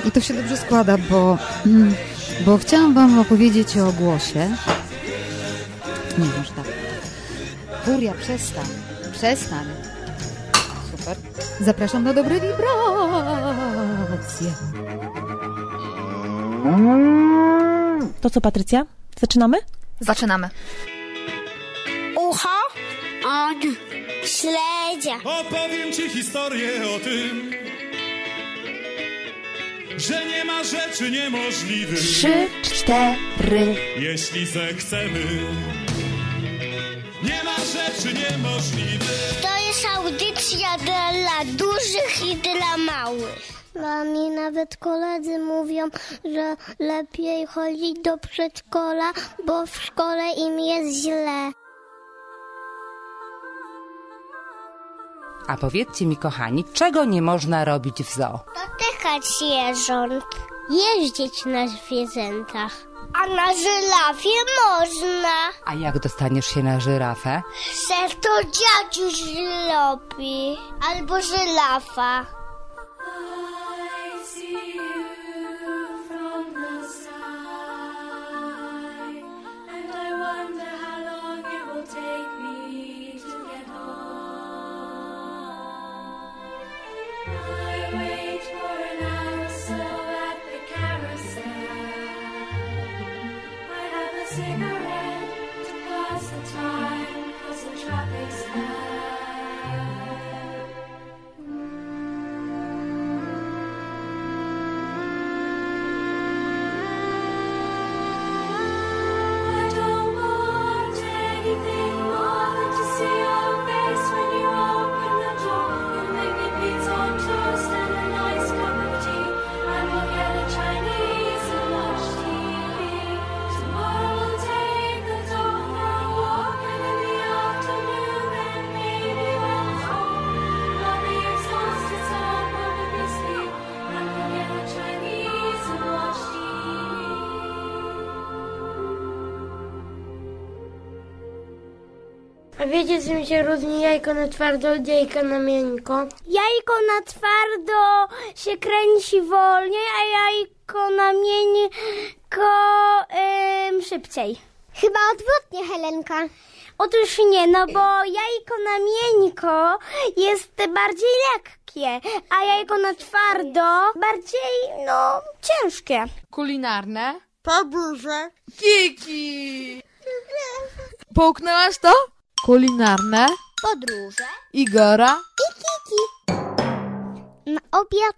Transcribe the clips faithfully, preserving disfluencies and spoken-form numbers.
I to się dobrze składa, bo, bo chciałam wam opowiedzieć o głosie. Nie, może tak. Furia, przestań. Przestań. Super. Zapraszam na dobre wibracje. To co, Patrycja? Zaczynamy? Zaczynamy. Ucho od śledzia. Opowiem ci historię o tym, że nie ma rzeczy niemożliwych. Trzy, cztery. Jeśli zechcemy, nie ma rzeczy niemożliwych. To jest audycja dla dużych i dla małych. Dla mnie nawet koledzy mówią, że lepiej chodzić do przedszkola, bo w szkole im jest źle. A powiedzcie mi, kochani, czego nie można robić w zoo? Dotykać zwierząt, jeździć na zwierzętach, a na żyrafie można. A jak dostaniesz się na żyrafę? Że to dziadziuś zrobi, albo żyrafa. A wiecie, czym się różni jajko na twardo od jajka na miękko? Jajko na twardo się kręci wolniej, a jajko na miękko ym, szybciej. Chyba odwrotnie, Helenka. Otóż nie, no bo jajko na miękko jest bardziej lekkie, a jajko na twardo bardziej, no, ciężkie. Kulinarne. Podróże. Kiki! Połknęłaś to? Kulinarne. Podróże. Igora. I Kiki. Na obiad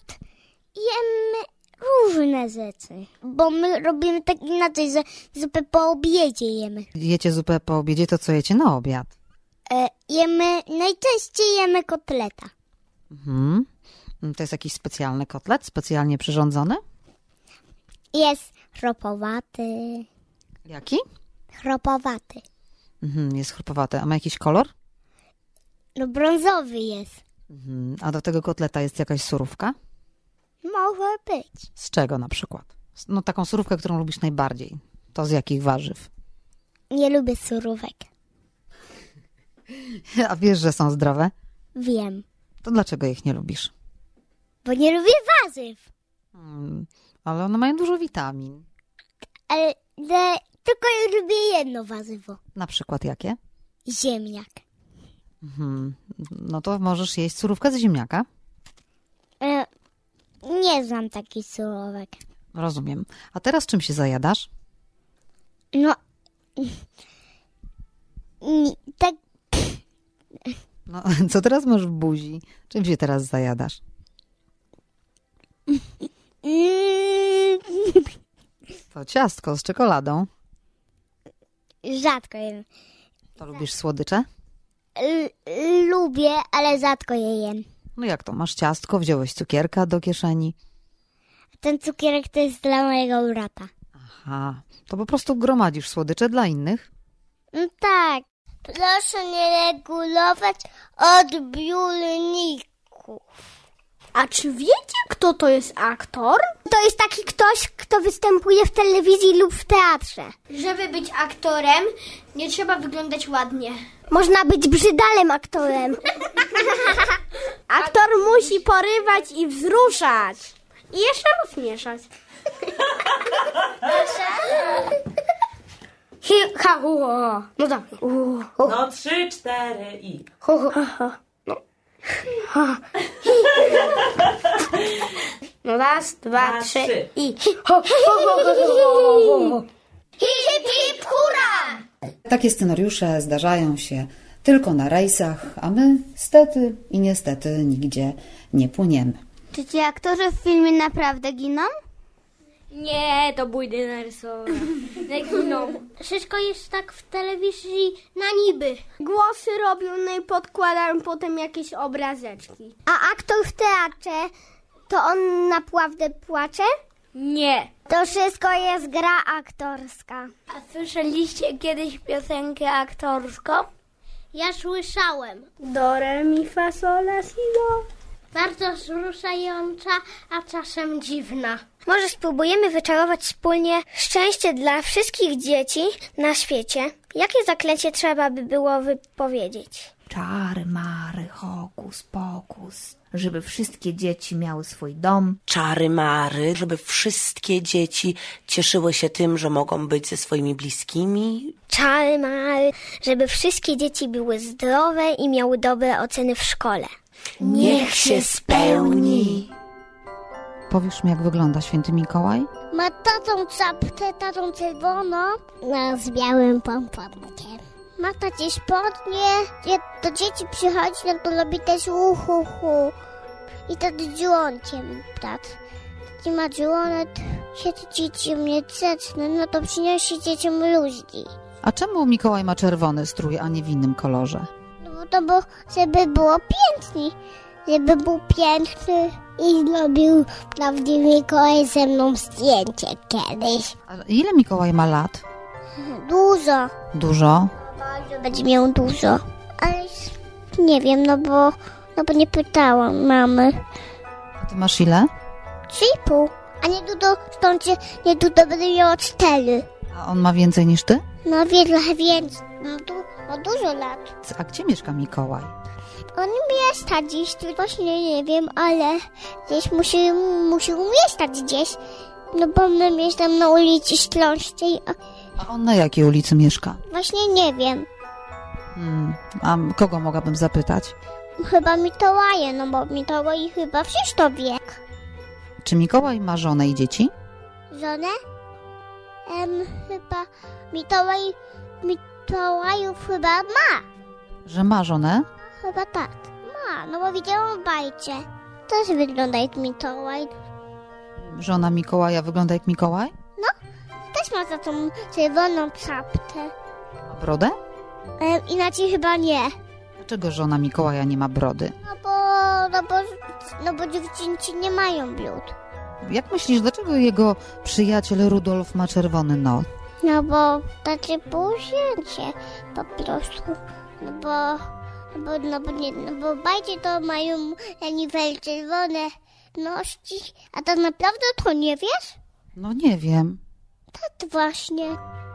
jemy różne rzeczy, bo my robimy tak inaczej, że zupę po obiedzie jemy. Jecie zupę po obiedzie, to co jecie na obiad? E, jemy, najczęściej jemy kotleta. Mhm. To jest jakiś specjalny kotlet, specjalnie przyrządzony? Jest chropowaty. Jaki? Chropowaty. Mhm, jest chrupowaty. A ma jakiś kolor? No brązowy jest. Mhm. A do tego kotleta jest jakaś surówka? Może być. Z czego na przykład? No taką surówkę, którą lubisz najbardziej. To z jakich warzyw? Nie lubię surówek. A wiesz, że są zdrowe? Wiem. To dlaczego ich nie lubisz? Bo nie lubię warzyw. Hmm, ale one mają dużo witamin. Ale, ale tylko ja lubię jedno warzywo. Na przykład jakie? Ziemniak. Mhm. No to możesz jeść surówkę z ziemniaka? E, nie znam takich surówek. Rozumiem. A teraz czym się zajadasz? No, tak. No, co teraz masz w buzi? Czym się teraz zajadasz? To ciastko z czekoladą. Rzadko jem. To lubisz słodycze? L- lubię, ale rzadko je jem. No jak to? Masz ciastko, wziąłeś cukierka do kieszeni. Ten cukierek to jest dla mojego brata. Aha, to po prostu gromadzisz słodycze dla innych? No tak. Proszę nie regulować odbiorników. A czy wiecie, kto to jest aktor? To jest taki ktoś, kto występuje w telewizji lub w teatrze. Żeby być aktorem, nie trzeba wyglądać ładnie. Można być brzydalem aktorem. Aktor musi porywać i wzruszać. I jeszcze rozmieszać. Hi, ha, hu, ho. No tak. No trzy, cztery i... Ho, ho, ho. No. No raz, dwa, Dwa, trzy, trzy. i... Ho, ho, ho, ho, ho, ho. Hip, hip, hip, hurra! Takie scenariusze zdarzają się tylko na rejsach, a my stety i niestety nigdzie nie płyniemy. Czy ci aktorzy w filmie naprawdę giną? Nie, to bójdy narysowane. Nie giną. Wszystko jest tak w telewizji na niby. Głosy robią, no i podkładają potem jakieś obrazeczki. A aktor w teatrze, to on naprawdę płacze? Nie. To wszystko jest gra aktorska. A słyszeliście kiedyś piosenkę aktorską? Ja słyszałem. Do, re, mi, fa, sol, la, si, do. Bardzo wzruszająca, a czasem dziwna. Może spróbujemy wyczarować wspólnie szczęście dla wszystkich dzieci na świecie? Jakie zaklęcie trzeba by było wypowiedzieć? Czary, mary, hokus, pokus, żeby wszystkie dzieci miały swój dom. Czary, mary, żeby wszystkie dzieci cieszyły się tym, że mogą być ze swoimi bliskimi. Czary, mary, żeby wszystkie dzieci były zdrowe i miały dobre oceny w szkole. Niech się spełni. Powiesz mi, jak wygląda święty Mikołaj? Ma tatą czapkę, tatą czerwoną, no, z białym pomponkiem. Ma tacie spodnie, jak do dzieci przychodzi, no to robi też uhu hu. I to dzwonkiem, tak. I ma dzwonek, kiedy dzieci mnie ceczne, no to przynosi dzieciom ludzi. A czemu Mikołaj ma czerwony strój, a nie w innym kolorze? No to bo, żeby było pięknie, żeby był piękny i zrobił prawdziwy Mikołaj ze mną zdjęcie kiedyś. A ile Mikołaj ma lat? Dużo. Dużo? Bardzo będzie miał dużo. Ale nie wiem, no bo, no bo nie pytałam mamy. A ty masz ile? Trzy i pół. A nie Dudo, stąd się, nie Dudo będzie miał cztery. A on ma więcej niż ty? No wiele więcej. No tu ma dużo lat. A gdzie mieszka Mikołaj? On mieszka gdzieś, tu właśnie nie wiem, ale gdzieś musi, musi umieszkać gdzieś. No bo my mieszkam na ulicy Śląskiej, a A on na jakiej ulicy mieszka? właśnie nie wiem. Hmm, a kogo mogłabym zapytać? Chyba Mikołaje, no bo Mikołaj chyba wszystko wie. Czy Mikołaj ma żonę i dzieci? Żonę? Em, chyba Mikołaj, Mikołajów chyba ma. Że ma żonę? Chyba tak. Ma, no bo widziałam w bajce. Też wygląda jak Mikołaj. Żona Mikołaja wygląda jak Mikołaj? Też ma za tą czerwoną czapkę. Ma brodę? Em, inaczej chyba nie. Dlaczego żona Mikołaja nie ma brody? No bo, no bo, no bo dziewczynki nie mają blud. Jak myślisz, dlaczego jego przyjaciel Rudolf ma czerwony nos? No bo takie półzięcie po prostu. No bo, no bo, no bo, nie, no bo bajcie to mają nivel czerwone noski, a tak naprawdę to nie wiesz? No nie wiem. Tak właśnie.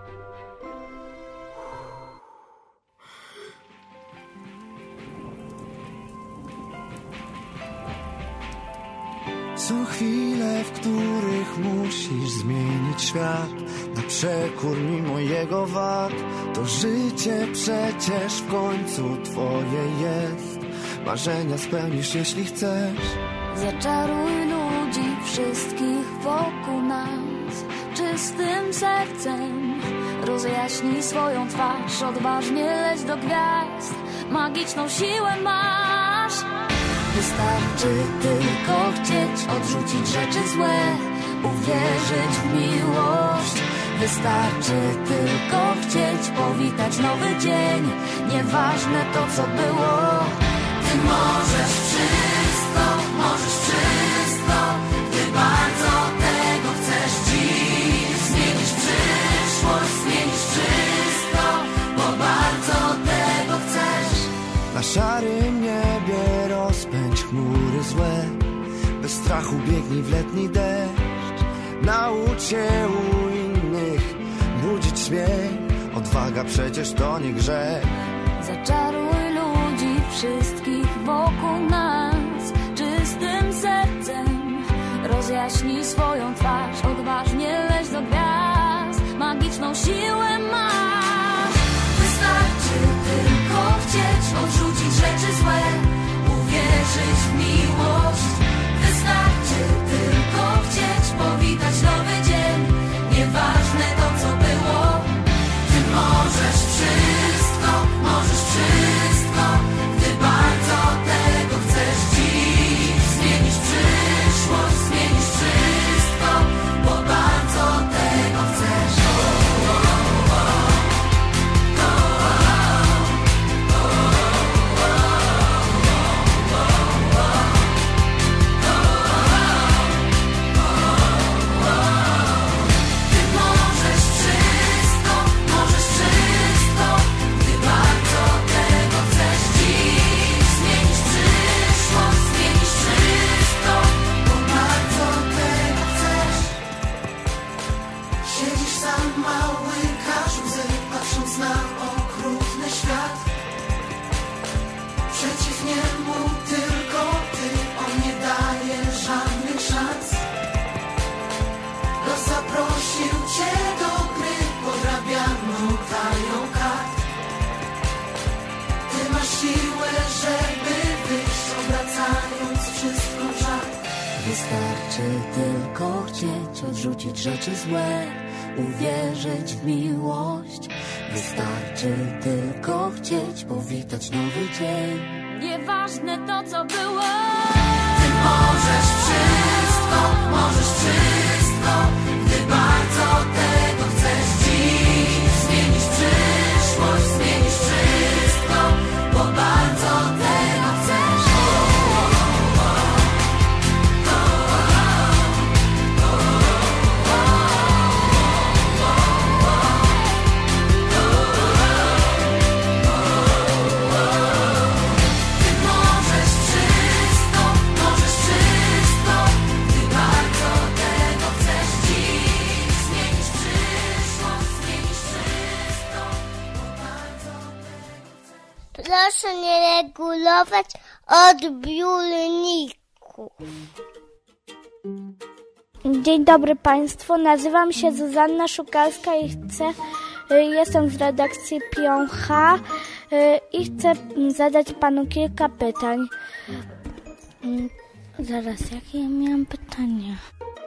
Są chwile, w których musisz zmienić świat na przekór mimo jego wad. To życie przecież w końcu twoje jest. Marzenia spełnisz, jeśli chcesz. Zaczaruj ludzi wszystkich wokół nas czystym sercem. Rozjaśnij swoją twarz, odważnie leć do gwiazd. Magiczną siłę masz. Wystarczy tylko chcieć odrzucić rzeczy złe, uwierzyć w miłość. Wystarczy tylko chcieć powitać nowy dzień. Nieważne to, co było. Ty możesz wszystko, możesz wszystko, gdy bardzo tego chcesz dziś. Zmienisz przyszłość, zmienisz wszystko, bo bardzo tego chcesz. Na szarym niebie rozpędź chmury złe. Bez strachu biegnij w letni deszcz. Naucz się u innych budzić śmiech. Odwaga przecież to nie grzech. Zaczaruj ludzi wszystkich wokół nas czystym sercem. Roz rozjaśnij swoją twarz. Odważnie leć do gwiazd, magiczną siłę masz. Wystarczy tylko chcieć, odrzucić rzeczy złe, uwierzyć w miłość. Wystarczy tylko chcieć, powitać nowy dzień. Nieważne to, co było, ty możesz wszystko, możesz wszystko, gdy bardzo tego chcesz dziś. Zmienisz przyszłość, zmienisz wszystko, bo bardzo tego chcesz. Wystarczy tylko chcieć, odrzucić rzeczy złe, uwierzyć w miłość. Wystarczy tylko chcieć, powitać nowy dzień. Nieważne to, co było, ty możesz wszystko, możesz wszystko, gdy bardzo tego chcesz dziś. Zmienisz przyszłość, zmienisz wszystko, bo bardzo tego chcesz. Proszę nie regulować odbiorników. Dzień dobry Państwu, nazywam się Zuzanna Szukalska i chcę, jestem z redakcji Piącha i chcę zadać Panu kilka pytań. Zaraz, jakie ja miałam pytania?